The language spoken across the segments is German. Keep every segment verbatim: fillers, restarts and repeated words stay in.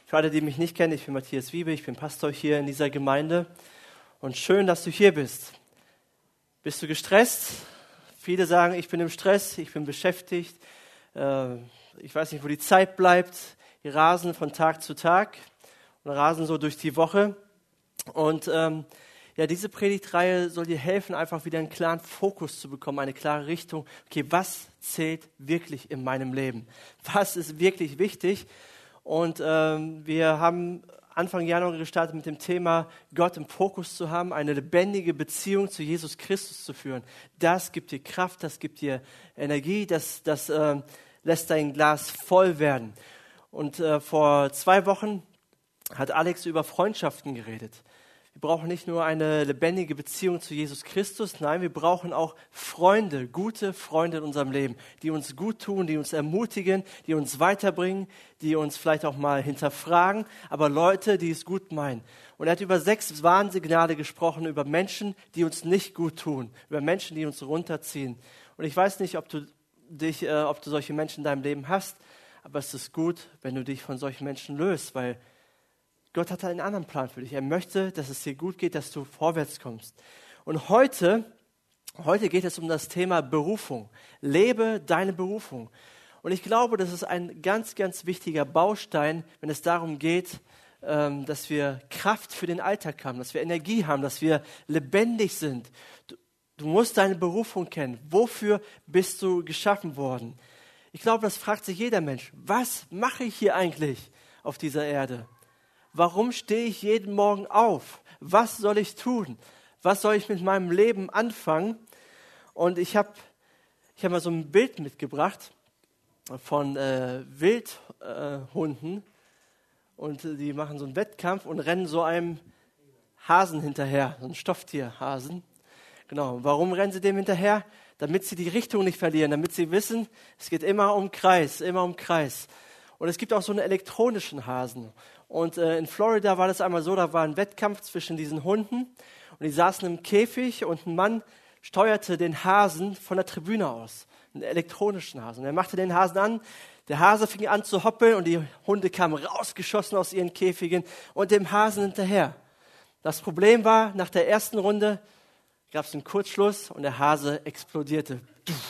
Für alle, die mich nicht kennen, ich bin Matthias Wiebe, ich bin Pastor hier in dieser Gemeinde und schön, dass du hier bist. Bist du gestresst? Viele sagen, ich bin im Stress, ich bin beschäftigt, äh, ich weiß nicht, wo die Zeit bleibt. Die rasen von Tag zu Tag und rasen so durch die Woche. Und ähm, ja, diese Predigtreihe soll dir helfen, einfach wieder einen klaren Fokus zu bekommen, eine klare Richtung. Okay, was zählt wirklich in meinem Leben? Was ist wirklich wichtig? Und ähm, wir haben Anfang Januar gestartet mit dem Thema, Gott im Fokus zu haben, eine lebendige Beziehung zu Jesus Christus zu führen. Das gibt dir Kraft, das gibt dir Energie, das, das äh, lässt dein Glas voll werden. Und äh, vor zwei Wochen hat Alex über Freundschaften geredet. Wir brauchen nicht nur eine lebendige Beziehung zu Jesus Christus, nein, wir brauchen auch Freunde, gute Freunde in unserem Leben, die uns gut tun, die uns ermutigen, die uns weiterbringen, die uns vielleicht auch mal hinterfragen, aber Leute, die es gut meinen. Und er hat über sechs Warnsignale gesprochen, über Menschen, die uns nicht gut tun, über Menschen, die uns runterziehen. Und ich weiß nicht, ob du, dich, äh, ob du solche Menschen in deinem Leben hast, aber es ist gut, wenn du dich von solchen Menschen löst, weil Gott hat einen anderen Plan für dich. Er möchte, dass es dir gut geht, dass du vorwärts kommst. Und heute, heute geht es um das Thema Berufung. Lebe deine Berufung. Und ich glaube, das ist ein ganz, ganz wichtiger Baustein, wenn es darum geht, ähm, dass wir Kraft für den Alltag haben, dass wir Energie haben, dass wir lebendig sind. Du, du musst deine Berufung kennen. Wofür bist du geschaffen worden? Ich glaube, das fragt sich jeder Mensch. Was mache ich hier eigentlich auf dieser Erde? Warum stehe ich jeden Morgen auf? Was soll ich tun? Was soll ich mit meinem Leben anfangen? Und ich habe ich hab mal so ein Bild mitgebracht von äh, Wildhunden. Äh, und die machen so einen Wettkampf und rennen so einem Hasen hinterher, so ein Stofftierhasen. Genau. Warum rennen sie dem hinterher? Damit sie die Richtung nicht verlieren, damit sie wissen, es geht immer um Kreis, immer um Kreis. Und es gibt auch so einen elektronischen Hasen. Und äh, in Florida war das einmal so, da war ein Wettkampf zwischen diesen Hunden und die saßen im Käfig und ein Mann steuerte den Hasen von der Tribüne aus, einen elektronischen Hasen. Und er machte den Hasen an, der Hase fing an zu hoppeln und die Hunde kamen rausgeschossen aus ihren Käfigen und dem Hasen hinterher. Das Problem war, nach der ersten Runde gab es einen Kurzschluss und der Hase explodierte.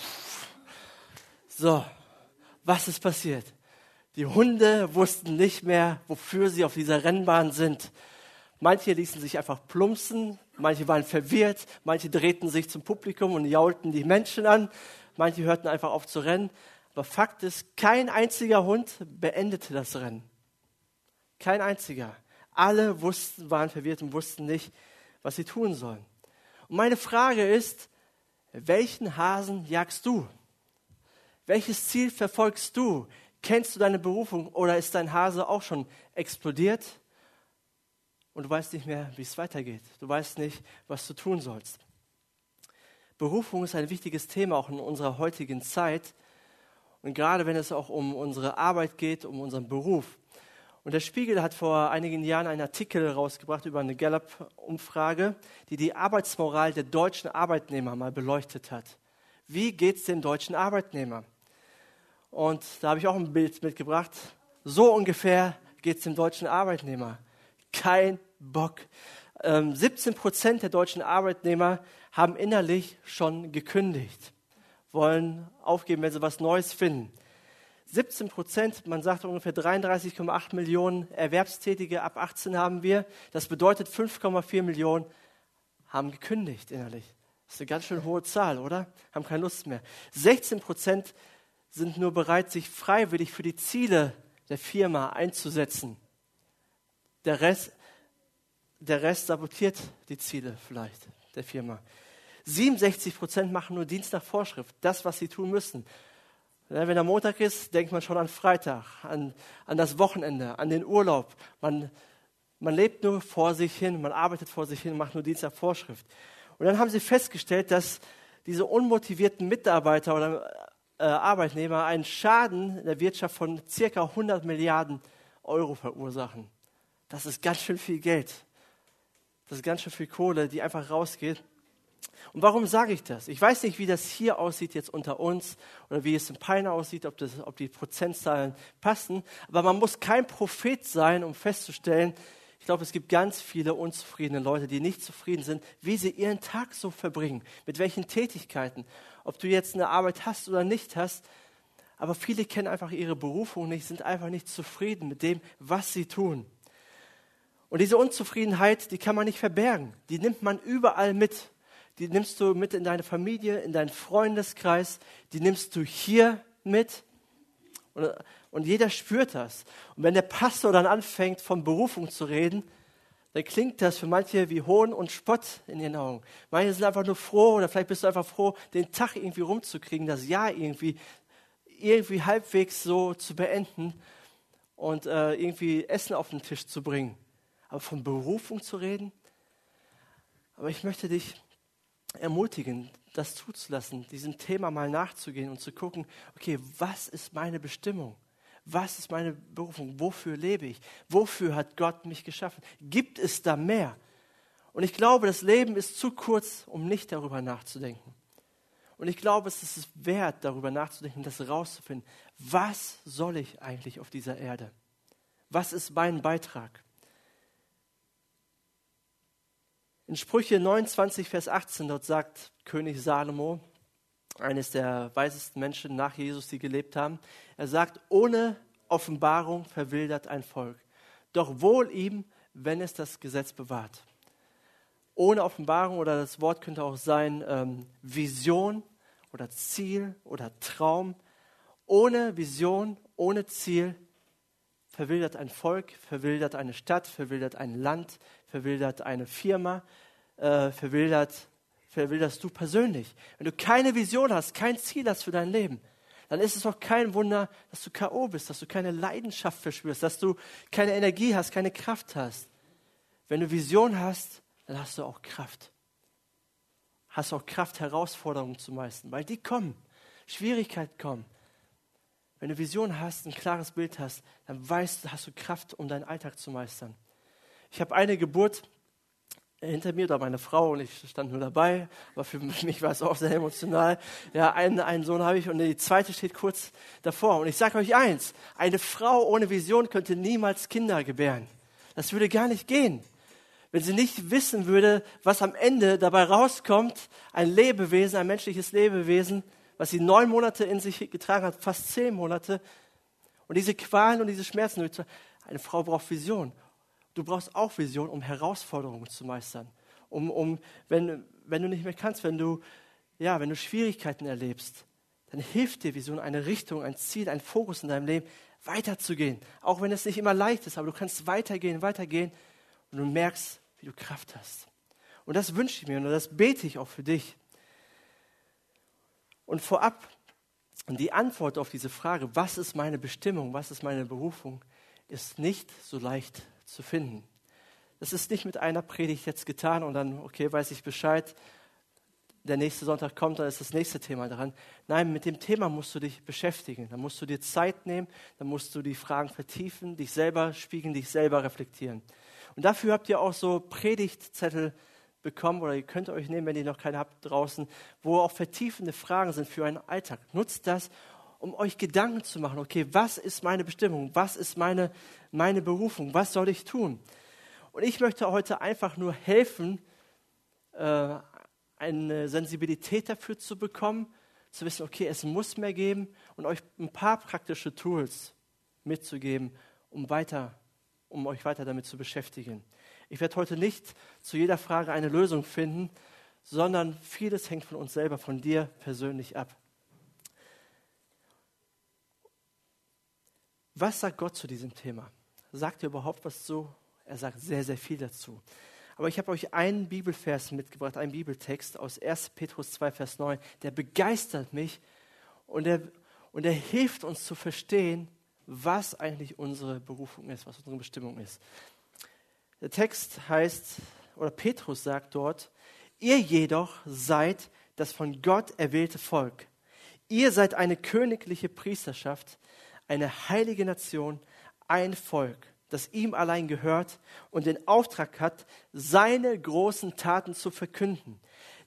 So, was ist passiert? Die Hunde wussten nicht mehr, wofür sie auf dieser Rennbahn sind. Manche ließen sich einfach plumpsen, manche waren verwirrt, manche drehten sich zum Publikum und jaulten die Menschen an, manche hörten einfach auf zu rennen. Aber Fakt ist, kein einziger Hund beendete das Rennen. Kein einziger. Alle wussten, waren verwirrt und wussten nicht, was sie tun sollen. Und meine Frage ist, welchen Hasen jagst du? Welches Ziel verfolgst du? Kennst du deine Berufung oder ist dein Hase auch schon explodiert und du weißt nicht mehr, wie es weitergeht? Du weißt nicht, was du tun sollst. Berufung ist ein wichtiges Thema auch in unserer heutigen Zeit und gerade wenn es auch um unsere Arbeit geht, um unseren Beruf. Und der Spiegel hat vor einigen Jahren einen Artikel rausgebracht über eine Gallup-Umfrage, die die Arbeitsmoral der deutschen Arbeitnehmer mal beleuchtet hat. Wie geht es dem deutschen Arbeitnehmer? Und da habe ich auch ein Bild mitgebracht. So ungefähr geht es dem deutschen Arbeitnehmer. Kein Bock. Ähm, siebzehn Prozent der deutschen Arbeitnehmer haben innerlich schon gekündigt. Wollen aufgeben, wenn sie was Neues finden. siebzehn Prozent, man sagt ungefähr dreiunddreißig Komma acht Millionen Erwerbstätige ab achtzehn haben wir. Das bedeutet fünf Komma vier Millionen haben gekündigt innerlich. Das ist eine ganz schön hohe Zahl, oder? Haben keine Lust mehr. sechzehn Prozent sind nur bereit, sich freiwillig für die Ziele der Firma einzusetzen. Der Rest, der Rest sabotiert die Ziele vielleicht der Firma. siebenundsechzig Prozent machen nur Dienst nach Vorschrift, das, was sie tun müssen. Wenn der Montag ist, denkt man schon an Freitag, an, an das Wochenende, an den Urlaub. Man, man lebt nur vor sich hin, man arbeitet vor sich hin, macht nur Dienst nach Vorschrift. Und dann haben sie festgestellt, dass diese unmotivierten Mitarbeiter oder Äh, Arbeitnehmer einen Schaden in der Wirtschaft von circa hundert Milliarden Euro verursachen. Das ist ganz schön viel Geld. Das ist ganz schön viel Kohle, die einfach rausgeht. Und warum sage ich das? Ich weiß nicht, wie das hier aussieht jetzt unter uns oder wie es in Peine aussieht, ob, das, ob die Prozentzahlen passen. Aber man muss kein Prophet sein, um festzustellen, ich glaube, es gibt ganz viele unzufriedene Leute, die nicht zufrieden sind, wie sie ihren Tag so verbringen, mit welchen Tätigkeiten. Ob du jetzt eine Arbeit hast oder nicht hast, aber viele kennen einfach ihre Berufung nicht, sind einfach nicht zufrieden mit dem, was sie tun. Und diese Unzufriedenheit, die kann man nicht verbergen. Die nimmt man überall mit. Die nimmst du mit in deine Familie, in deinen Freundeskreis. Die nimmst du hier mit. Und, und jeder spürt das. Und wenn der Pastor dann anfängt, von Berufung zu reden, dann klingt das für manche wie Hohn und Spott in ihren Augen. Manche sind einfach nur froh, oder vielleicht bist du einfach froh, den Tag irgendwie rumzukriegen, das Jahr irgendwie, irgendwie halbwegs so zu beenden und äh, irgendwie Essen auf den Tisch zu bringen. Aber von Berufung zu reden? Aber ich möchte dich ermutigen, das zuzulassen, diesem Thema mal nachzugehen und zu gucken, okay, was ist meine Bestimmung? Was ist meine Berufung? Wofür lebe ich? Wofür hat Gott mich geschaffen? Gibt es da mehr? Und ich glaube, das Leben ist zu kurz, um nicht darüber nachzudenken. Und ich glaube, es ist es wert, darüber nachzudenken, das herauszufinden. Was soll ich eigentlich auf dieser Erde? Was ist mein Beitrag? In Sprüche neunundzwanzig, Vers achtzehn, dort sagt König Salomo, eines der weisesten Menschen nach Jesus, die gelebt haben, er sagt, ohne Offenbarung verwildert ein Volk, doch wohl ihm, wenn es das Gesetz bewahrt. Ohne Offenbarung, oder das Wort könnte auch sein, ähm, Vision oder Ziel oder Traum. Ohne Vision, ohne Ziel verwildert ein Volk, verwildert eine Stadt, verwildert ein Land, verwildert eine Firma, äh, verwildert, verwilderst du persönlich. Wenn du keine Vision hast, kein Ziel hast für dein Leben, dann ist es auch kein Wunder, dass du K O bist, dass du keine Leidenschaft verspürst, dass du keine Energie hast, keine Kraft hast. Wenn du Vision hast, dann hast du auch Kraft. Hast auch Kraft, Herausforderungen zu meistern, weil die kommen, Schwierigkeiten kommen. Wenn du Vision hast, ein klares Bild hast, dann weißt du, hast du Kraft, um deinen Alltag zu meistern. Ich habe eine Geburt hinter mir, da meine Frau, und ich stand nur dabei, aber für mich war es auch sehr emotional. Ja, einen, einen Sohn habe ich und die zweite steht kurz davor. Und ich sage euch eins, eine Frau ohne Vision könnte niemals Kinder gebären. Das würde gar nicht gehen. Wenn sie nicht wissen würde, was am Ende dabei rauskommt, ein Lebewesen, ein menschliches Lebewesen, was sie neun Monate in sich getragen hat, fast zehn Monate. Und diese Qualen und diese Schmerzen, eine Frau braucht Vision. Du brauchst auch Vision, um Herausforderungen zu meistern. Um, um, wenn, wenn du nicht mehr kannst, wenn du, ja, wenn du Schwierigkeiten erlebst, dann hilft dir Vision, eine Richtung, ein Ziel, ein Fokus in deinem Leben, weiterzugehen. Auch wenn es nicht immer leicht ist, aber du kannst weitergehen, weitergehen und du merkst, wie du Kraft hast. Und das wünsche ich mir und das bete ich auch für dich. Und vorab, die Antwort auf diese Frage, was ist meine Bestimmung, was ist meine Berufung, ist nicht so leicht zu finden. Das ist nicht mit einer Predigt jetzt getan und dann, okay, weiß ich Bescheid, der nächste Sonntag kommt, dann ist das nächste Thema dran. Nein, mit dem Thema musst du dich beschäftigen. Dann musst du dir Zeit nehmen, dann musst du die Fragen vertiefen, dich selber spiegeln, dich selber reflektieren. Und dafür habt ihr auch so Predigtzettel bekommen, oder ihr könnt euch nehmen, wenn ihr noch keine habt draußen, wo auch vertiefende Fragen sind für euren Alltag. Nutzt das, um euch Gedanken zu machen. Okay, was ist meine Bestimmung? Was ist meine, meine Berufung? Was soll ich tun? Und ich möchte heute einfach nur helfen, äh, eine Sensibilität dafür zu bekommen, zu wissen, okay, es muss mehr geben und euch ein paar praktische Tools mitzugeben, um weiter, um euch weiter damit zu beschäftigen. Ich werde heute nicht zu jeder Frage eine Lösung finden, sondern vieles hängt von uns selber, von dir persönlich ab. Was sagt Gott zu diesem Thema? Sagt er überhaupt was zu? Er sagt sehr, sehr viel dazu. Aber ich habe euch einen Bibelvers mitgebracht, einen Bibeltext aus erster Petrus zwei, Vers neun, der begeistert mich und der, und der hilft uns zu verstehen, was eigentlich unsere Berufung ist, was unsere Bestimmung ist. Der Text heißt, oder Petrus sagt dort, ihr jedoch seid das von Gott erwählte Volk. Ihr seid eine königliche Priesterschaft, eine heilige Nation, ein Volk, das ihm allein gehört und den Auftrag hat, seine großen Taten zu verkünden.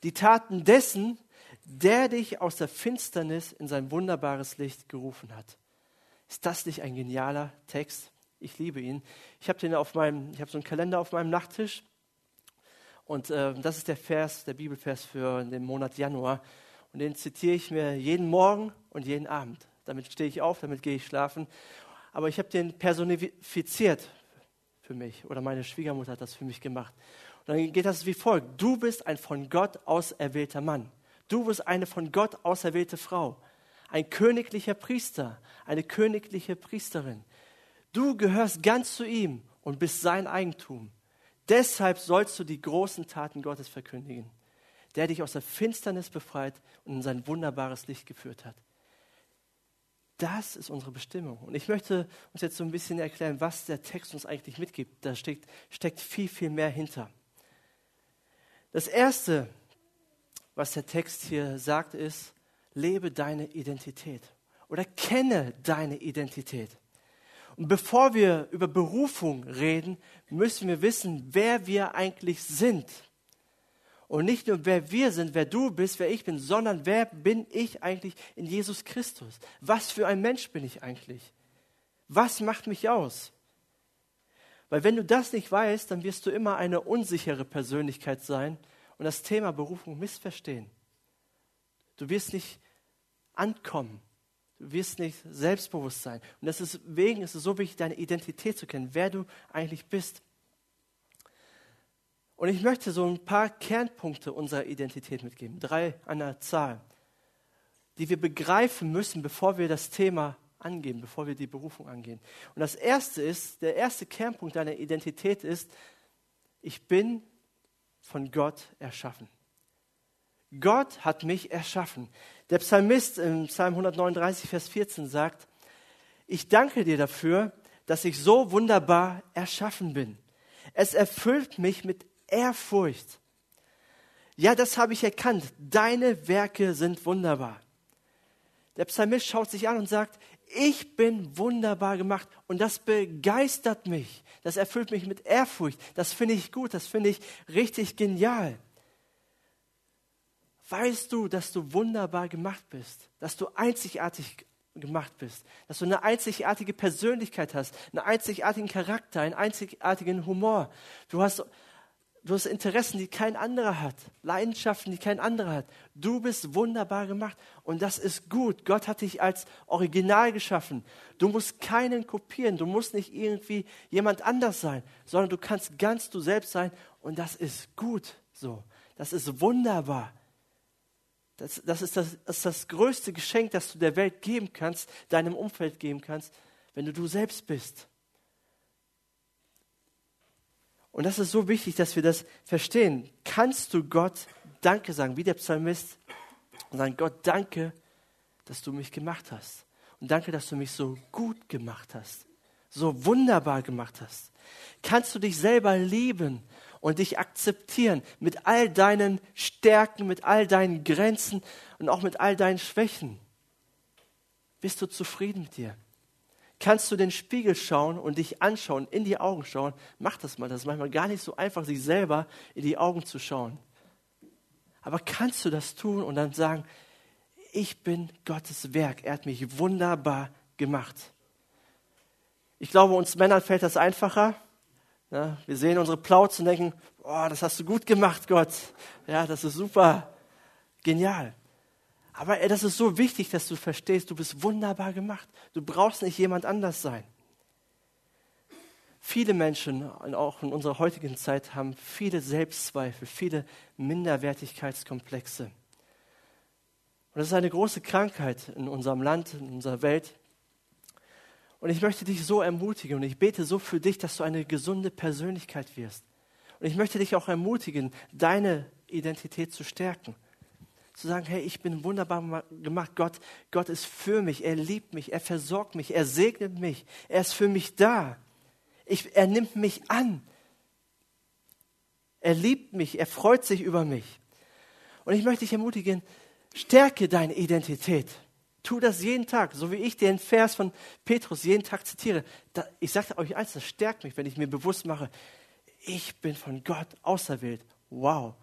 Die Taten dessen, der dich aus der Finsternis in sein wunderbares Licht gerufen hat. Ist das nicht ein genialer Text? Ich liebe ihn. Ich habe den auf meinem, ich habe so einen Kalender auf meinem Nachttisch und äh, das ist der Vers, der Bibelvers für den Monat Januar und den zitiere ich mir jeden Morgen und jeden Abend. Damit stehe ich auf, damit gehe ich schlafen. Aber ich habe den personifiziert für mich oder meine Schwiegermutter hat das für mich gemacht. Und dann geht das wie folgt: Du bist ein von Gott auserwählter Mann. Du bist eine von Gott auserwählte Frau. Ein königlicher Priester, eine königliche Priesterin. Du gehörst ganz zu ihm und bist sein Eigentum. Deshalb sollst du die großen Taten Gottes verkündigen, der dich aus der Finsternis befreit und in sein wunderbares Licht geführt hat. Das ist unsere Bestimmung. Und ich möchte uns jetzt so ein bisschen erklären, was der Text uns eigentlich mitgibt. Da steckt, steckt viel, viel mehr hinter. Das Erste, was der Text hier sagt, ist, lebe deine Identität oder kenne deine Identität. Und bevor wir über Berufung reden, müssen wir wissen, wer wir eigentlich sind. Und nicht nur, wer wir sind, wer du bist, wer ich bin, sondern wer bin ich eigentlich in Jesus Christus? Was für ein Mensch bin ich eigentlich? Was macht mich aus? Weil wenn du das nicht weißt, dann wirst du immer eine unsichere Persönlichkeit sein und das Thema Berufung missverstehen. Du wirst nicht ankommen. Du wirst nicht selbstbewusst sein. Und deswegen ist es so wichtig, deine Identität zu kennen, wer du eigentlich bist. Und ich möchte so ein paar Kernpunkte unserer Identität mitgeben, drei an der Zahl, die wir begreifen müssen, bevor wir das Thema angehen, bevor wir die Berufung angehen. Und das erste ist, der erste Kernpunkt deiner Identität ist, ich bin von Gott erschaffen. Gott hat mich erschaffen. Der Psalmist im Psalm hundertneununddreißig, Vers vierzehn sagt, ich danke dir dafür, dass ich so wunderbar erschaffen bin. Es erfüllt mich mit Ehrfurcht. Ja, das habe ich erkannt. Deine Werke sind wunderbar. Der Psalmist schaut sich an und sagt, ich bin wunderbar gemacht und das begeistert mich. Das erfüllt mich mit Ehrfurcht. Das finde ich gut, das finde ich richtig genial. Weißt du, dass du wunderbar gemacht bist, dass du einzigartig gemacht bist, dass du eine einzigartige Persönlichkeit hast, einen einzigartigen Charakter, einen einzigartigen Humor. Du hast, du hast Interessen, die kein anderer hat, Leidenschaften, die kein anderer hat. Du bist wunderbar gemacht und das ist gut. Gott hat dich als Original geschaffen. Du musst keinen kopieren, du musst nicht irgendwie jemand anders sein, sondern du kannst ganz du selbst sein und das ist gut so. Das ist wunderbar. Das, das, ist das, das ist das größte Geschenk, das du der Welt geben kannst, deinem Umfeld geben kannst, wenn du du selbst bist. Und das ist so wichtig, dass wir das verstehen. Kannst du Gott Danke sagen, wie der Psalmist, und sagen, Gott, danke, dass du mich gemacht hast. Und danke, dass du mich so gut gemacht hast, so wunderbar gemacht hast. Kannst du dich selber lieben und dich akzeptieren mit all deinen Stärken, mit all deinen Grenzen und auch mit all deinen Schwächen? Bist du zufrieden mit dir? Kannst du den Spiegel schauen und dich anschauen, in die Augen schauen? Mach das mal, das ist manchmal gar nicht so einfach, sich selber in die Augen zu schauen. Aber kannst du das tun und dann sagen, ich bin Gottes Werk, er hat mich wunderbar gemacht. Ich glaube, uns Männern fällt das einfacher. Ja, wir sehen unsere Plauze und denken, oh, das hast du gut gemacht, Gott. Ja, das ist super, genial. Aber ey, das ist so wichtig, dass du verstehst, du bist wunderbar gemacht. Du brauchst nicht jemand anders sein. Viele Menschen, auch in unserer heutigen Zeit, haben viele Selbstzweifel, viele Minderwertigkeitskomplexe. Und das ist eine große Krankheit in unserem Land, in unserer Welt. Und ich möchte dich so ermutigen und ich bete so für dich, dass du eine gesunde Persönlichkeit wirst. Und ich möchte dich auch ermutigen, deine Identität zu stärken. Zu sagen, hey, ich bin wunderbar gemacht. Gott, Gott ist für mich, er liebt mich, er versorgt mich, er segnet mich, er ist für mich da. Ich, er nimmt mich an. Er liebt mich, er freut sich über mich. Und ich möchte dich ermutigen, stärke deine Identität. Tu das jeden Tag, so wie ich den Vers von Petrus jeden Tag zitiere. Da, ich sage euch eins, das stärkt mich, wenn ich mir bewusst mache, ich bin von Gott auserwählt. Wow,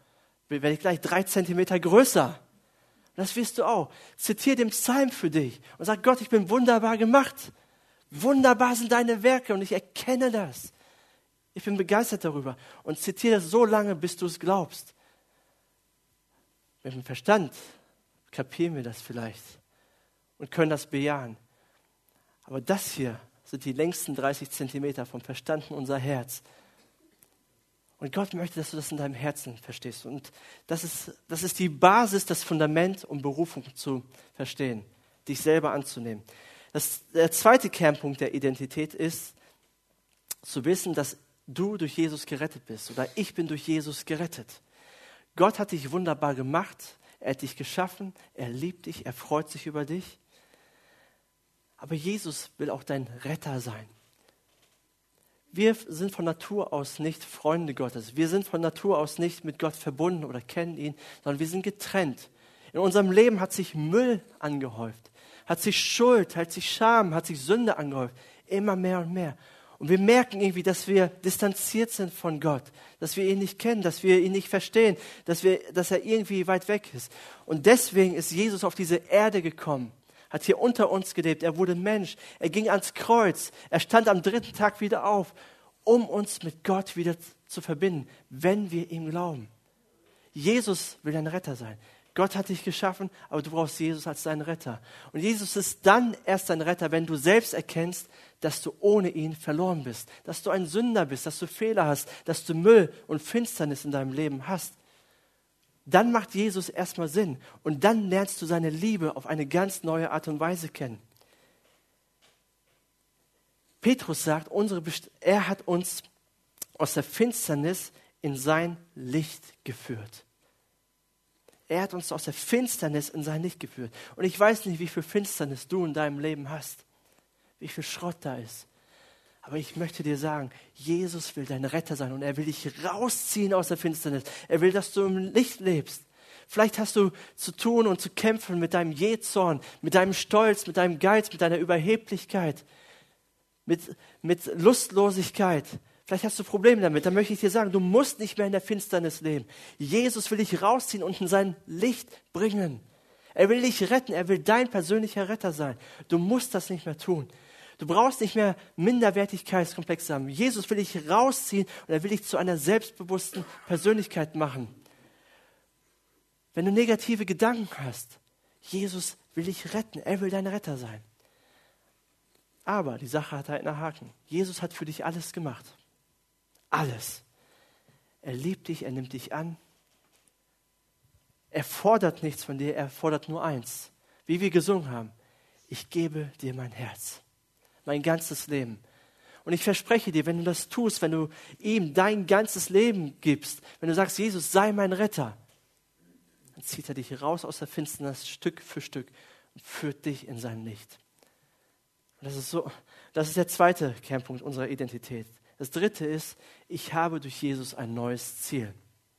werde ich gleich drei Zentimeter größer. Das wirst du auch. Zitiere den Psalm für dich und sag, Gott, ich bin wunderbar gemacht. Wunderbar sind deine Werke und ich erkenne das. Ich bin begeistert darüber. Und zitiere das so lange, bis du es glaubst. Mit dem Verstand kapieren wir das vielleicht und können das bejahen. Aber das hier sind die längsten dreißig Zentimeter vom Verstand in unser Herz. Und Gott möchte, dass du das in deinem Herzen verstehst. Und das ist, das ist die Basis, das Fundament, um Berufung zu verstehen, dich selber anzunehmen. Das, der zweite Kernpunkt der Identität ist, zu wissen, dass du durch Jesus gerettet bist oder ich bin durch Jesus gerettet. Gott hat dich wunderbar gemacht, er hat dich geschaffen, er liebt dich, er freut sich über dich. Aber Jesus will auch dein Retter sein. Wir sind von Natur aus nicht Freunde Gottes. Wir sind von Natur aus nicht mit Gott verbunden oder kennen ihn, sondern wir sind getrennt. In unserem Leben hat sich Müll angehäuft, hat sich Schuld, hat sich Scham, hat sich Sünde angehäuft. Immer mehr und mehr. Und wir merken irgendwie, dass wir distanziert sind von Gott, dass wir ihn nicht kennen, dass wir ihn nicht verstehen, dass, wir, dass er irgendwie weit weg ist. Und deswegen ist Jesus auf diese Erde gekommen, hat hier unter uns gelebt, er wurde Mensch, er ging ans Kreuz, er stand am dritten Tag wieder auf, um uns mit Gott wieder zu verbinden, wenn wir ihm glauben. Jesus will dein Retter sein. Gott hat dich geschaffen, aber du brauchst Jesus als deinen Retter. Und Jesus ist dann erst dein Retter, wenn du selbst erkennst, dass du ohne ihn verloren bist, dass du ein Sünder bist, dass du Fehler hast, dass du Müll und Finsternis in deinem Leben hast. Dann macht Jesus erstmal Sinn und dann lernst du seine Liebe auf eine ganz neue Art und Weise kennen. Petrus sagt, unsere Best- er hat uns aus der Finsternis in sein Licht geführt. Er hat uns aus der Finsternis in sein Licht geführt. Und ich weiß nicht, wie viel Finsternis du in deinem Leben hast, wie viel Schrott da ist. Aber ich möchte dir sagen, Jesus will dein Retter sein und er will dich rausziehen aus der Finsternis. Er will, dass du im Licht lebst. Vielleicht hast du zu tun und zu kämpfen mit deinem Jähzorn, mit deinem Stolz, mit deinem Geiz, mit deiner Überheblichkeit, mit, mit Lustlosigkeit. Vielleicht hast du Probleme damit. Dann möchte ich dir sagen, du musst nicht mehr in der Finsternis leben. Jesus will dich rausziehen und in sein Licht bringen. Er will dich retten. Er will dein persönlicher Retter sein. Du musst das nicht mehr tun. Du brauchst nicht mehr Minderwertigkeitskomplexe haben. Jesus will dich rausziehen und er will dich zu einer selbstbewussten Persönlichkeit machen. Wenn du negative Gedanken hast, Jesus will dich retten. Er will dein Retter sein. Aber die Sache hat halt einen Haken. Jesus hat für dich alles gemacht. Alles. Er liebt dich, er nimmt dich an. Er fordert nichts von dir, er fordert nur eins. Wie wir gesungen haben. Ich gebe dir mein Herz. Mein ganzes Leben. Und ich verspreche dir, wenn du das tust, wenn du ihm dein ganzes Leben gibst, wenn du sagst, Jesus, sei mein Retter, dann zieht er dich raus aus der Finsternis Stück für Stück und führt dich in sein Licht. Und das ist so, das ist der zweite Kernpunkt unserer Identität. Das dritte ist, ich habe durch Jesus ein neues Ziel.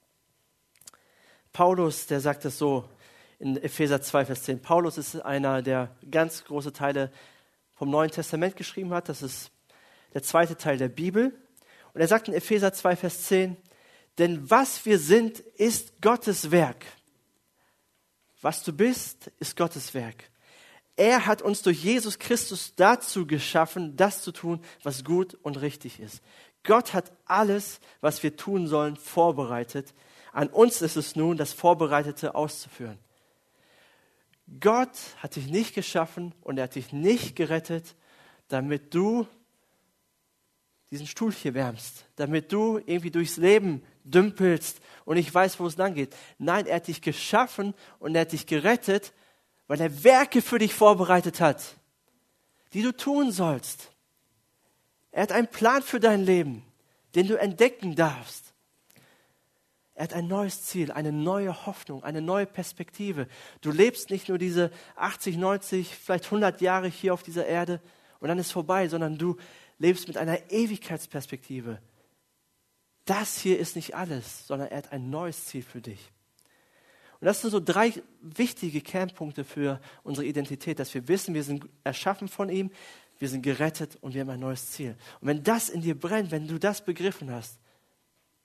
Paulus, der sagt das so in Epheser zwei, Vers zehn. Paulus ist einer, der ganz große Teile vom Neuen Testament geschrieben hat. Das ist der zweite Teil der Bibel. Und er sagt in Epheser zwei, Vers zehn, denn was wir sind, ist Gottes Werk. Was du bist, ist Gottes Werk. Er hat uns durch Jesus Christus dazu geschaffen, das zu tun, was gut und richtig ist. Gott hat alles, was wir tun sollen, vorbereitet. An uns ist es nun, das Vorbereitete auszuführen. Gott hat dich nicht geschaffen und er hat dich nicht gerettet, damit du diesen Stuhl hier wärmst, damit du irgendwie durchs Leben dümpelst und nicht weißt, wo es lang geht. Nein, er hat dich geschaffen und er hat dich gerettet, weil er Werke für dich vorbereitet hat, die du tun sollst. Er hat einen Plan für dein Leben, den du entdecken darfst. Er hat ein neues Ziel, eine neue Hoffnung, eine neue Perspektive. Du lebst nicht nur diese achtzig, neunzig, vielleicht hundert Jahre hier auf dieser Erde und dann ist vorbei, sondern du lebst mit einer Ewigkeitsperspektive. Das hier ist nicht alles, sondern er hat ein neues Ziel für dich. Und das sind so drei wichtige Kernpunkte für unsere Identität, dass wir wissen, wir sind erschaffen von ihm, wir sind gerettet und wir haben ein neues Ziel. Und wenn das in dir brennt, wenn du das begriffen hast,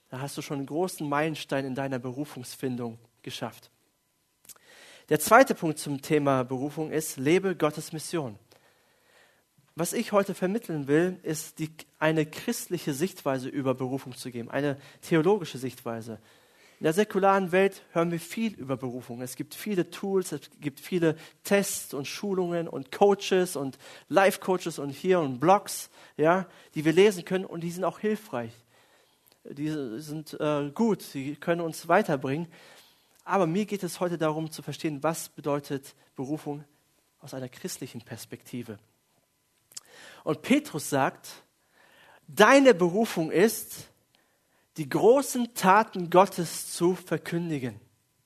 Da hast du schon einen großen Meilenstein in deiner Berufungsfindung geschafft. Der zweite Punkt zum Thema Berufung ist, lebe Gottes Mission. Was ich heute vermitteln will, ist die, eine christliche Sichtweise über Berufung zu geben, eine theologische Sichtweise. In der säkularen Welt hören wir viel über Berufung. Es gibt viele Tools, es gibt viele Tests und Schulungen und Coaches und Life-Coaches und hier und Blogs, ja, die wir lesen können und die sind auch hilfreich. Die sind äh, gut, sie können uns weiterbringen. Aber mir geht es heute darum zu verstehen, was bedeutet Berufung aus einer christlichen Perspektive. Und Petrus sagt, deine Berufung ist, die großen Taten Gottes zu verkündigen.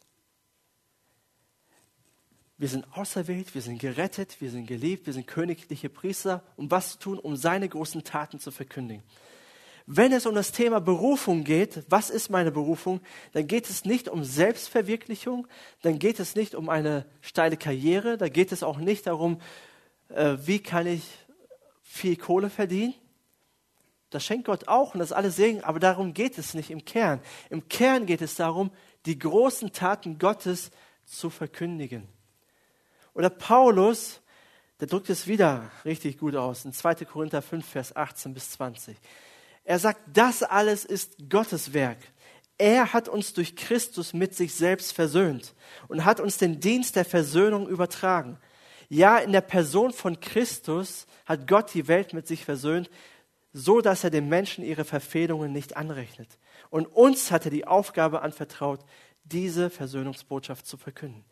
Wir sind auserwählt, wir sind gerettet, wir sind geliebt, wir sind königliche Priester, um was zu tun, um seine großen Taten zu verkündigen. Wenn es um das Thema Berufung geht, was ist meine Berufung, dann geht es nicht um Selbstverwirklichung, dann geht es nicht um eine steile Karriere, da geht es auch nicht darum, äh, wie kann ich viel Kohle verdienen. Das schenkt Gott auch und das ist alles Segen, aber darum geht es nicht im Kern. Im Kern geht es darum, die großen Taten Gottes zu verkündigen. Oder Paulus, der drückt es wieder richtig gut aus, in zweiter Korinther fünf, Vers achtzehn bis zwanzig. Er sagt, das alles ist Gottes Werk. Er hat uns durch Christus mit sich selbst versöhnt und hat uns den Dienst der Versöhnung übertragen. Ja, in der Person von Christus hat Gott die Welt mit sich versöhnt, so dass er den Menschen ihre Verfehlungen nicht anrechnet. Und uns hat er die Aufgabe anvertraut, diese Versöhnungsbotschaft zu verkünden.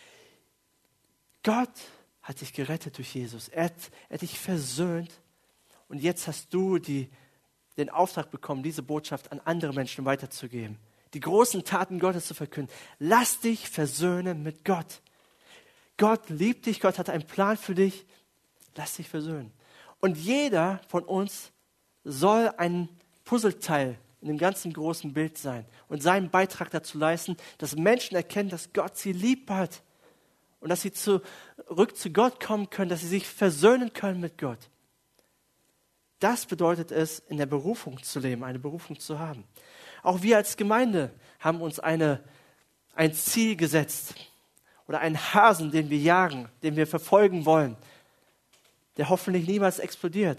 Gott hat dich gerettet durch Jesus. Er hat, er hat dich versöhnt und jetzt hast du die den Auftrag bekommen, diese Botschaft an andere Menschen weiterzugeben. Die großen Taten Gottes zu verkünden. Lass dich versöhnen mit Gott. Gott liebt dich, Gott hat einen Plan für dich. Lass dich versöhnen. Und jeder von uns soll ein Puzzleteil in dem ganzen großen Bild sein und seinen Beitrag dazu leisten, dass Menschen erkennen, dass Gott sie lieb hat und dass sie zurück zu Gott kommen können, dass sie sich versöhnen können mit Gott. Das bedeutet es, in der Berufung zu leben, eine Berufung zu haben. Auch wir als Gemeinde haben uns eine, ein Ziel gesetzt oder einen Hasen, den wir jagen, den wir verfolgen wollen, der hoffentlich niemals explodiert.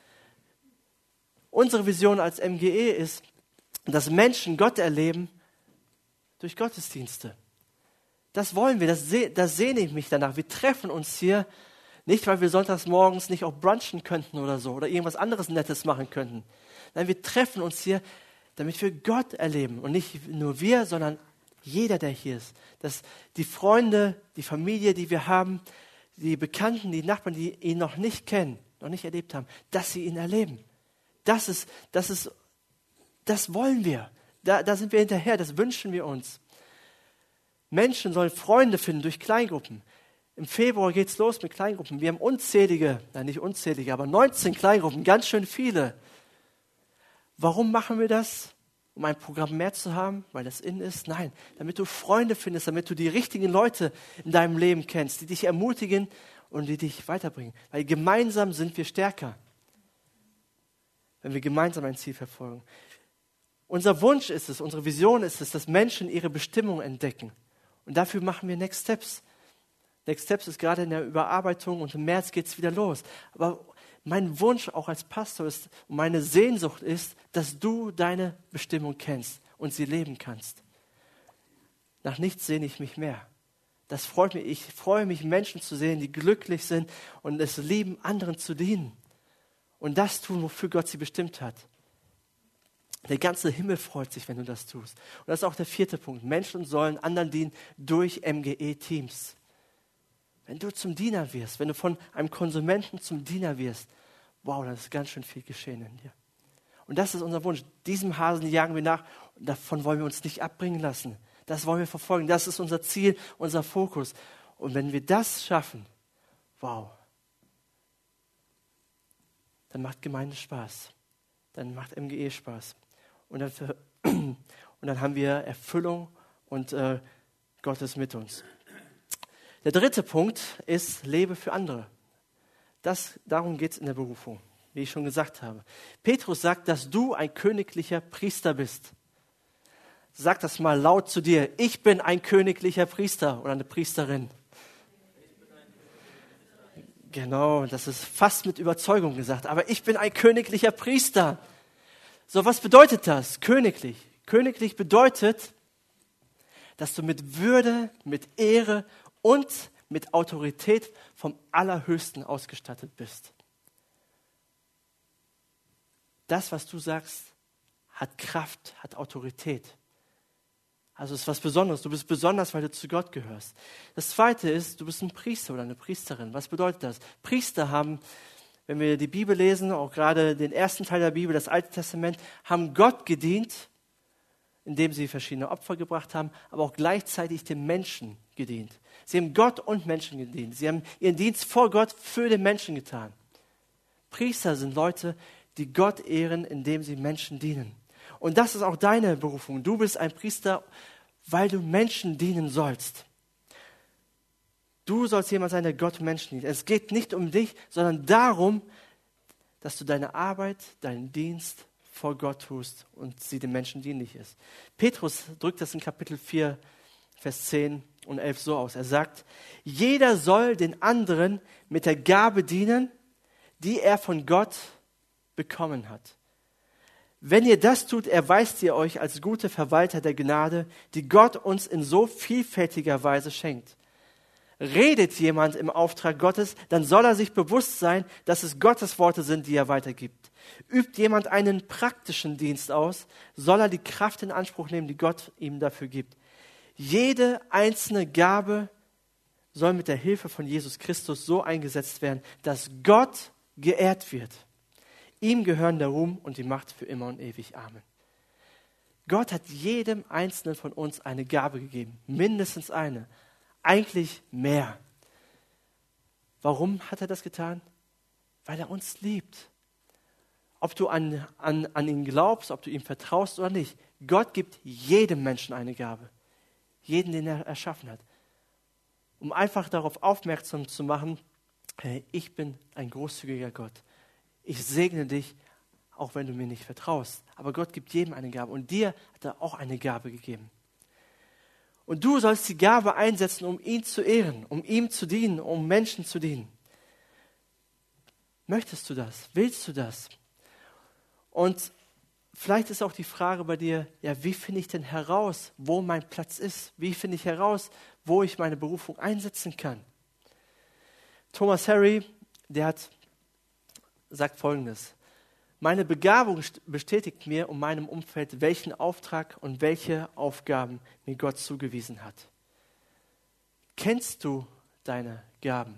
Unsere Vision als M G E ist, dass Menschen Gott erleben durch Gottesdienste. Das wollen wir, das, seh, das sehne ich mich danach. Wir treffen uns hier nicht, weil wir sonntags morgens nicht auch brunchen könnten oder so oder irgendwas anderes Nettes machen könnten. Nein, wir treffen uns hier, damit wir Gott erleben. Und nicht nur wir, sondern jeder, der hier ist. Dass die Freunde, die Familie, die wir haben, die Bekannten, die Nachbarn, die ihn noch nicht kennen, noch nicht erlebt haben, dass sie ihn erleben. Das ist, das ist, das wollen wir. Da, da sind wir hinterher, das wünschen wir uns. Menschen sollen Freunde finden durch Kleingruppen. Im Februar geht's los mit Kleingruppen. Wir haben unzählige, nein nicht unzählige, aber neunzehn Kleingruppen, ganz schön viele. Warum machen wir das? Um ein Programm mehr zu haben, weil das in ist? Nein, damit du Freunde findest, damit du die richtigen Leute in deinem Leben kennst, die dich ermutigen und die dich weiterbringen. Weil gemeinsam sind wir stärker, wenn wir gemeinsam ein Ziel verfolgen. Unser Wunsch ist es, unsere Vision ist es, dass Menschen ihre Bestimmung entdecken. Und dafür machen wir Next Steps. Next Steps ist gerade in der Überarbeitung und im März geht es wieder los. Aber mein Wunsch auch als Pastor ist und meine Sehnsucht ist, dass du deine Bestimmung kennst und sie leben kannst. Nach nichts sehne ich mich mehr. Das freut mich. Ich freue mich, Menschen zu sehen, die glücklich sind und es lieben, anderen zu dienen. Und das tun, wofür Gott sie bestimmt hat. Der ganze Himmel freut sich, wenn du das tust. Und das ist auch der vierte Punkt. Menschen sollen anderen dienen durch M G E-Teams. Wenn du zum Diener wirst, wenn du von einem Konsumenten zum Diener wirst, wow, dann ist ganz schön viel geschehen in dir. Und das ist unser Wunsch. Diesem Hasen jagen wir nach und davon wollen wir uns nicht abbringen lassen. Das wollen wir verfolgen. Das ist unser Ziel, unser Fokus. Und wenn wir das schaffen, wow, dann macht Gemeinde Spaß. Dann macht M G E Spaß. Und dann, für, und dann haben wir Erfüllung und äh, Gott ist mit uns. Der dritte Punkt ist, lebe für andere. Das, darum geht es in der Berufung, wie ich schon gesagt habe. Petrus sagt, dass du ein königlicher Priester bist. Sag das mal laut zu dir. Ich bin ein königlicher Priester oder eine Priesterin. Genau, das ist fast mit Überzeugung gesagt. Aber ich bin ein königlicher Priester. So, was bedeutet das? Königlich. Königlich bedeutet, dass du mit Würde, mit Ehre und mit Autorität vom Allerhöchsten ausgestattet bist. Das, was du sagst, hat Kraft, hat Autorität. Also es ist was Besonderes. Du bist besonders, weil du zu Gott gehörst. Das Zweite ist, du bist ein Priester oder eine Priesterin. Was bedeutet das? Priester haben, wenn wir die Bibel lesen, auch gerade den ersten Teil der Bibel, das Alte Testament, haben Gott gedient, indem sie verschiedene Opfer gebracht haben, aber auch gleichzeitig dem Menschen gedient. Sie haben Gott und Menschen gedient. Sie haben ihren Dienst vor Gott für den Menschen getan. Priester sind Leute, die Gott ehren, indem sie Menschen dienen. Und das ist auch deine Berufung. Du bist ein Priester, weil du Menschen dienen sollst. Du sollst jemand sein, der Gott Menschen dient. Es geht nicht um dich, sondern darum, dass du deine Arbeit, deinen Dienst vor Gott tust und sie den Menschen dienlich ist. Petrus drückt das in Kapitel vier, Vers zehn und elf so aus. Er sagt, jeder soll den anderen mit der Gabe dienen, die er von Gott bekommen hat. Wenn ihr das tut, erweist ihr euch als gute Verwalter der Gnade, die Gott uns in so vielfältiger Weise schenkt. Redet jemand im Auftrag Gottes, dann soll er sich bewusst sein, dass es Gottes Worte sind, die er weitergibt. Übt jemand einen praktischen Dienst aus, soll er die Kraft in Anspruch nehmen, die Gott ihm dafür gibt. Jede einzelne Gabe soll mit der Hilfe von Jesus Christus so eingesetzt werden, dass Gott geehrt wird. Ihm gehören der Ruhm und die Macht für immer und ewig. Amen. Gott hat jedem Einzelnen von uns eine Gabe gegeben, mindestens eine, eigentlich mehr. Warum hat er das getan? Weil er uns liebt. Ob du an, an, an ihn glaubst, ob du ihm vertraust oder nicht, Gott gibt jedem Menschen eine Gabe. Jeden, den er erschaffen hat. Um einfach darauf aufmerksam zu machen, hey, ich bin ein großzügiger Gott. Ich segne dich, auch wenn du mir nicht vertraust. Aber Gott gibt jedem eine Gabe. Und dir hat er auch eine Gabe gegeben. Und du sollst die Gabe einsetzen, um ihn zu ehren, um ihm zu dienen, um Menschen zu dienen. Möchtest du das? Willst du das? Und vielleicht ist auch die Frage bei dir, ja, wie finde ich denn heraus, wo mein Platz ist? Wie finde ich heraus, wo ich meine Berufung einsetzen kann? Thomas Harry, der hat sagt Folgendes: Meine Begabung bestätigt mir und meinem Umfeld, welchen Auftrag und welche Aufgaben mir Gott zugewiesen hat. Kennst du deine Gaben?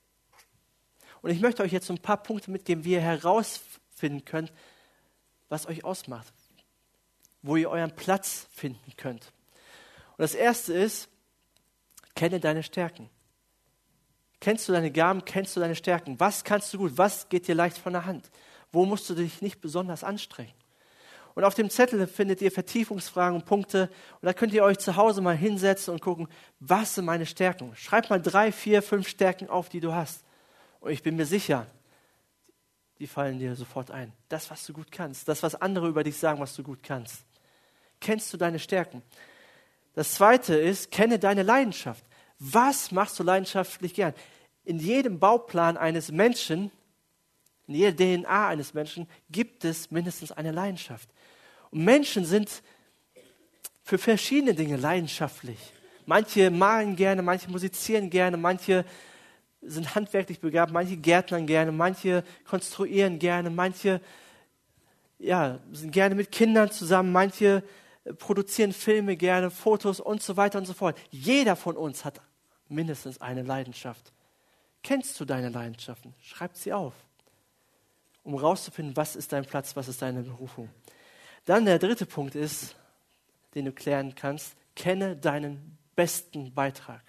Und ich möchte euch jetzt so ein paar Punkte mitgeben, wie ihr herausfinden könnt, was euch ausmacht, wo ihr euren Platz finden könnt. Und das Erste ist, kenne deine Stärken. Kennst du deine Gaben, kennst du deine Stärken? Was kannst du gut, was geht dir leicht von der Hand? Wo musst du dich nicht besonders anstrengen? Und auf dem Zettel findet ihr Vertiefungsfragen und Punkte. Und da könnt ihr euch zu Hause mal hinsetzen und gucken, was sind meine Stärken? Schreib mal drei, vier, fünf Stärken auf, die du hast. Und ich bin mir sicher, die fallen dir sofort ein. Das, was du gut kannst. Das, was andere über dich sagen, was du gut kannst. Kennst du deine Stärken? Das Zweite ist, kenne deine Leidenschaft. Was machst du leidenschaftlich gern? In jedem Bauplan eines Menschen, in jeder D N A eines Menschen gibt es mindestens eine Leidenschaft. Und Menschen sind für verschiedene Dinge leidenschaftlich. Manche malen gerne, manche musizieren gerne, manche sind handwerklich begabt, manche gärtnern gerne, manche konstruieren gerne, manche ja, sind gerne mit Kindern zusammen, manche produzieren Filme gerne, Fotos und so weiter und so fort. Jeder von uns hat mindestens eine Leidenschaft. Kennst du deine Leidenschaften? Schreib sie auf, um rauszufinden, was ist dein Platz, was ist deine Berufung. Dann der dritte Punkt ist, den du klären kannst, kenne deinen besten Beitrag.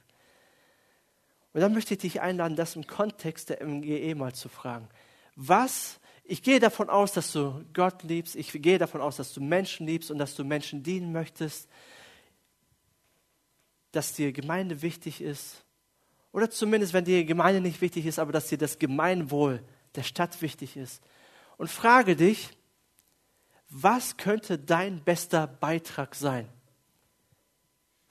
Und dann möchte ich dich einladen, das im Kontext der M G E mal zu fragen. Was, ich gehe davon aus, dass du Gott liebst, ich gehe davon aus, dass du Menschen liebst und dass du Menschen dienen möchtest, dass dir Gemeinde wichtig ist, oder zumindest, wenn dir Gemeinde nicht wichtig ist, aber dass dir das Gemeinwohl der Stadt wichtig ist. Und frage dich, was könnte dein bester Beitrag sein?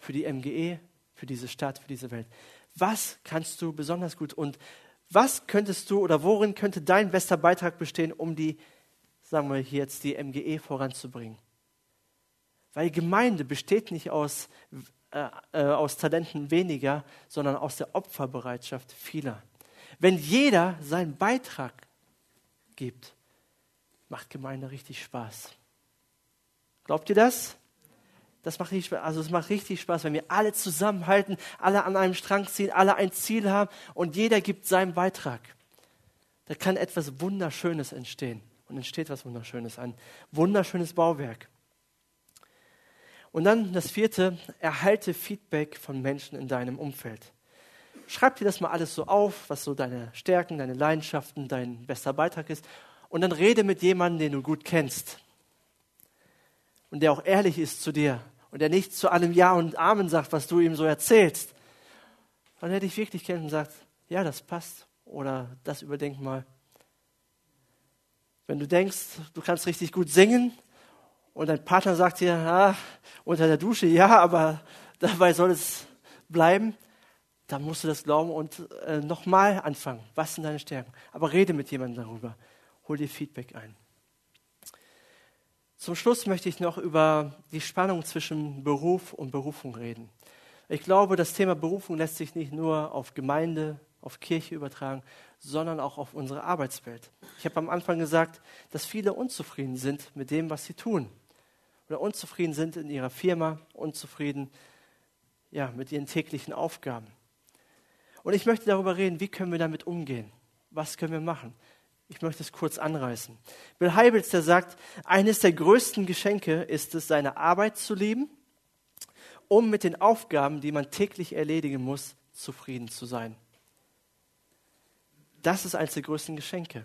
für die M G E, für diese Stadt, für diese Welt? Was kannst du besonders gut und was könntest du oder worin könnte dein bester Beitrag bestehen, um die, sagen wir hier jetzt, die M G E voranzubringen? Weil Gemeinde besteht nicht aus, äh, äh, aus Talenten weniger, sondern aus der Opferbereitschaft vieler. Wenn jeder seinen Beitrag gibt, macht Gemeinde richtig Spaß. Glaubt ihr das? Das macht richtig Spaß. Also es macht richtig Spaß, wenn wir alle zusammenhalten, alle an einem Strang ziehen, alle ein Ziel haben und jeder gibt seinen Beitrag. Da kann etwas Wunderschönes entstehen und entsteht was Wunderschönes, ein wunderschönes Bauwerk. Und dann das vierte, erhalte Feedback von Menschen in deinem Umfeld. Schreib dir das mal alles so auf, was so deine Stärken, deine Leidenschaften, dein bester Beitrag ist. Und dann rede mit jemandem, den du gut kennst. Und der auch ehrlich ist zu dir. Und der nicht zu allem Ja und Amen sagt, was du ihm so erzählst. Und der dich wirklich kennt und sagt, ja, das passt. Oder das überdenk mal. Wenn du denkst, du kannst richtig gut singen, und dein Partner sagt dir, ah, unter der Dusche, ja, aber dabei soll es bleiben, dann musst du das glauben und äh, nochmal anfangen. Was sind deine Stärken? Aber rede mit jemandem darüber. Hol dir Feedback ein. Zum Schluss möchte ich noch über die Spannung zwischen Beruf und Berufung reden. Ich glaube, das Thema Berufung lässt sich nicht nur auf Gemeinde, auf Kirche übertragen, sondern auch auf unsere Arbeitswelt. Ich habe am Anfang gesagt, dass viele unzufrieden sind mit dem, was sie tun. Oder unzufrieden sind in ihrer Firma, unzufrieden ja, mit ihren täglichen Aufgaben. Und ich möchte darüber reden, wie können wir damit umgehen? Was können wir machen? Ich möchte es kurz anreißen. Bill Hybels, der sagt, eines der größten Geschenke ist es, seine Arbeit zu lieben, um mit den Aufgaben, die man täglich erledigen muss, zufrieden zu sein. Das ist eines der größten Geschenke.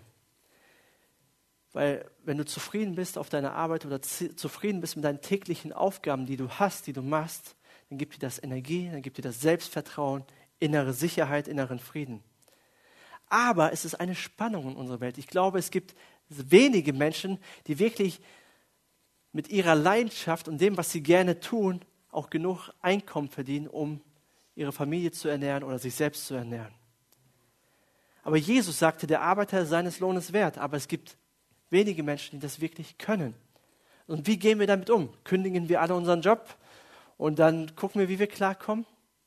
Weil wenn du zufrieden bist auf deiner Arbeit oder z- zufrieden bist mit deinen täglichen Aufgaben, die du hast, die du machst, dann gibt dir das Energie, dann gibt dir das Selbstvertrauen, innere Sicherheit, inneren Frieden. Aber es ist eine Spannung in unserer Welt. Ich glaube, es gibt wenige Menschen, die wirklich mit ihrer Leidenschaft und dem, was sie gerne tun, auch genug Einkommen verdienen, um ihre Familie zu ernähren oder sich selbst zu ernähren. Aber Jesus sagte, der Arbeiter ist seines Lohnes wert. Aber es gibt wenige Menschen, die das wirklich können. Und wie gehen wir damit um? Kündigen wir alle unseren Job und dann gucken wir, wie wir klarkommen?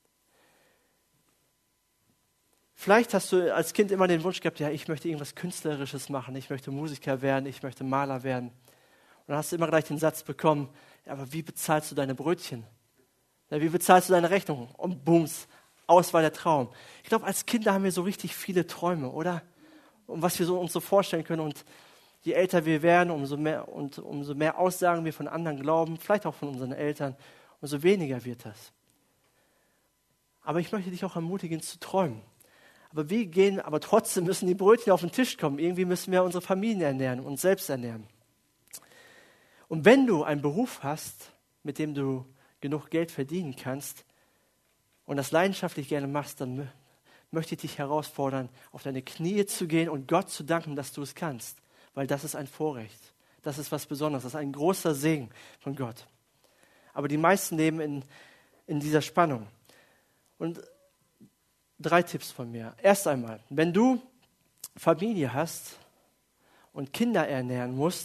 Vielleicht hast du als Kind immer den Wunsch gehabt, ja, ich möchte irgendwas Künstlerisches machen, ich möchte Musiker werden, ich möchte Maler werden. Und dann hast du immer gleich den Satz bekommen, ja, aber wie bezahlst du deine Brötchen? Ja, wie bezahlst du deine Rechnung? Und bums, aus war der Traum. Ich glaube, als Kinder haben wir so richtig viele Träume, oder? Und was wir so uns so vorstellen können. Und je älter wir werden, umso mehr, und umso mehr Aussagen wir von anderen glauben, vielleicht auch von unseren Eltern, umso weniger wird das. Aber ich möchte dich auch ermutigen, zu träumen. Aber wir gehen, aber trotzdem müssen die Brötchen auf den Tisch kommen. Irgendwie müssen wir unsere Familien ernähren, uns selbst ernähren. Und wenn du einen Beruf hast, mit dem du genug Geld verdienen kannst und das leidenschaftlich gerne machst, dann möchte ich dich herausfordern, auf deine Knie zu gehen und Gott zu danken, dass du es kannst. Weil das ist ein Vorrecht. Das ist was Besonderes. Das ist ein großer Segen von Gott. Aber die meisten leben in, in dieser Spannung. Und drei Tipps von mir. Erst einmal, wenn du Familie hast und Kinder ernähren musst,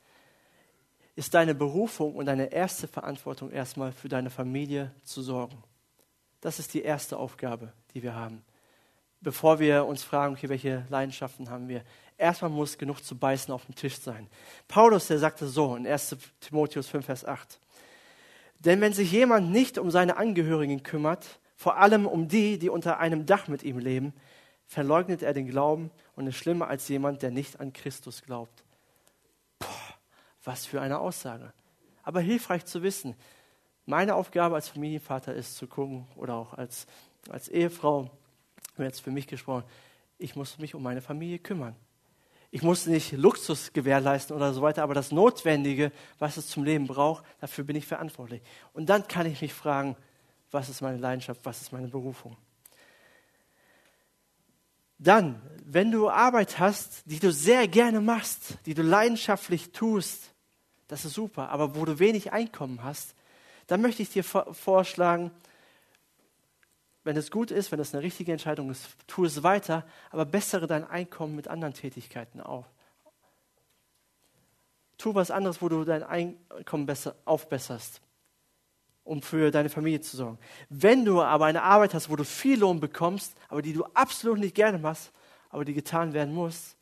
ist deine Berufung und deine erste Verantwortung erstmal für deine Familie zu sorgen. Das ist die erste Aufgabe, die wir haben. Bevor wir uns fragen, okay, welche Leidenschaften haben wir, erstmal muss genug zu beißen auf dem Tisch sein. Paulus, der sagte so in erster Timotheus fünf, Vers acht. Denn wenn sich jemand nicht um seine Angehörigen kümmert, vor allem um die, die unter einem Dach mit ihm leben, verleugnet er den Glauben und ist schlimmer als jemand, der nicht an Christus glaubt. Boah, was für eine Aussage. Aber hilfreich zu wissen. Meine Aufgabe als Familienvater ist zu gucken oder auch als, als Ehefrau, jetzt für mich gesprochen, ich muss mich um meine Familie kümmern. Ich muss nicht Luxus gewährleisten oder so weiter, aber das Notwendige, was es zum Leben braucht, dafür bin ich verantwortlich. Und dann kann ich mich fragen, was ist meine Leidenschaft, was ist meine Berufung? Dann, wenn du Arbeit hast, die du sehr gerne machst, die du leidenschaftlich tust, das ist super, aber wo du wenig Einkommen hast, dann möchte ich dir vor- vorschlagen, wenn es gut ist, wenn es eine richtige Entscheidung ist, tu es weiter, aber bessere dein Einkommen mit anderen Tätigkeiten auf. Tu was anderes, wo du dein Einkommen besser aufbesserst, um für deine Familie zu sorgen. Wenn du aber eine Arbeit hast, wo du viel Lohn bekommst, aber die du absolut nicht gerne machst, aber die getan werden muss,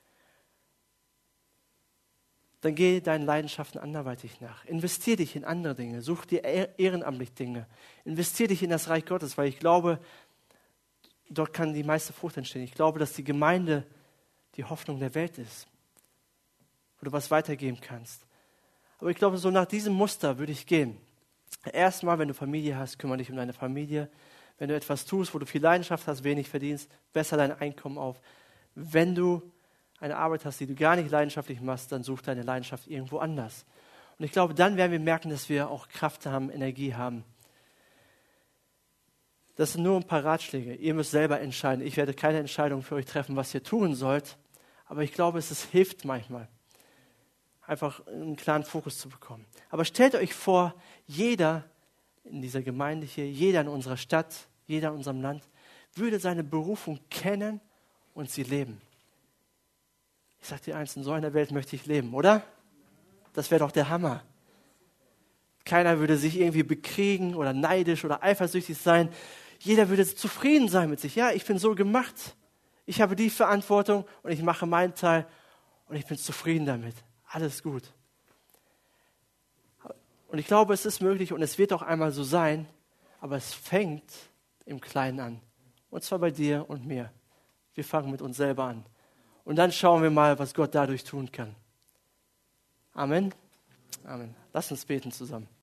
dann geh deinen Leidenschaften anderweitig nach. Investier dich in andere Dinge. Such dir ehrenamtlich Dinge. Investier dich in das Reich Gottes, weil ich glaube, dort kann die meiste Frucht entstehen. Ich glaube, dass die Gemeinde die Hoffnung der Welt ist, wo du was weitergeben kannst. Aber ich glaube, so nach diesem Muster würde ich gehen. Erstmal, wenn du Familie hast, kümmere dich um deine Familie. Wenn du etwas tust, wo du viel Leidenschaft hast, wenig verdienst, besser dein Einkommen auf. Wenn du eine Arbeit hast, die du gar nicht leidenschaftlich machst, dann such deine Leidenschaft irgendwo anders. Und ich glaube, dann werden wir merken, dass wir auch Kraft haben, Energie haben. Das sind nur ein paar Ratschläge. Ihr müsst selber entscheiden. Ich werde keine Entscheidung für euch treffen, was ihr tun sollt. Aber ich glaube, es ist, hilft manchmal, einfach einen klaren Fokus zu bekommen. Aber stellt euch vor, jeder in dieser Gemeinde hier, jeder in unserer Stadt, jeder in unserem Land, würde seine Berufung kennen und sie leben. Ich sage dir eins, in so einer Welt möchte ich leben, oder? Das wäre doch der Hammer. Keiner würde sich irgendwie bekriegen oder neidisch oder eifersüchtig sein. Jeder würde zufrieden sein mit sich. Ja, ich bin so gemacht. Ich habe die Verantwortung und ich mache meinen Teil und ich bin zufrieden damit. Alles gut. Und ich glaube, es ist möglich und es wird auch einmal so sein, aber es fängt im Kleinen an. Und zwar bei dir und mir. Wir fangen mit uns selber an. Und dann schauen wir mal, was Gott dadurch tun kann. Amen. Amen. Lass uns beten zusammen.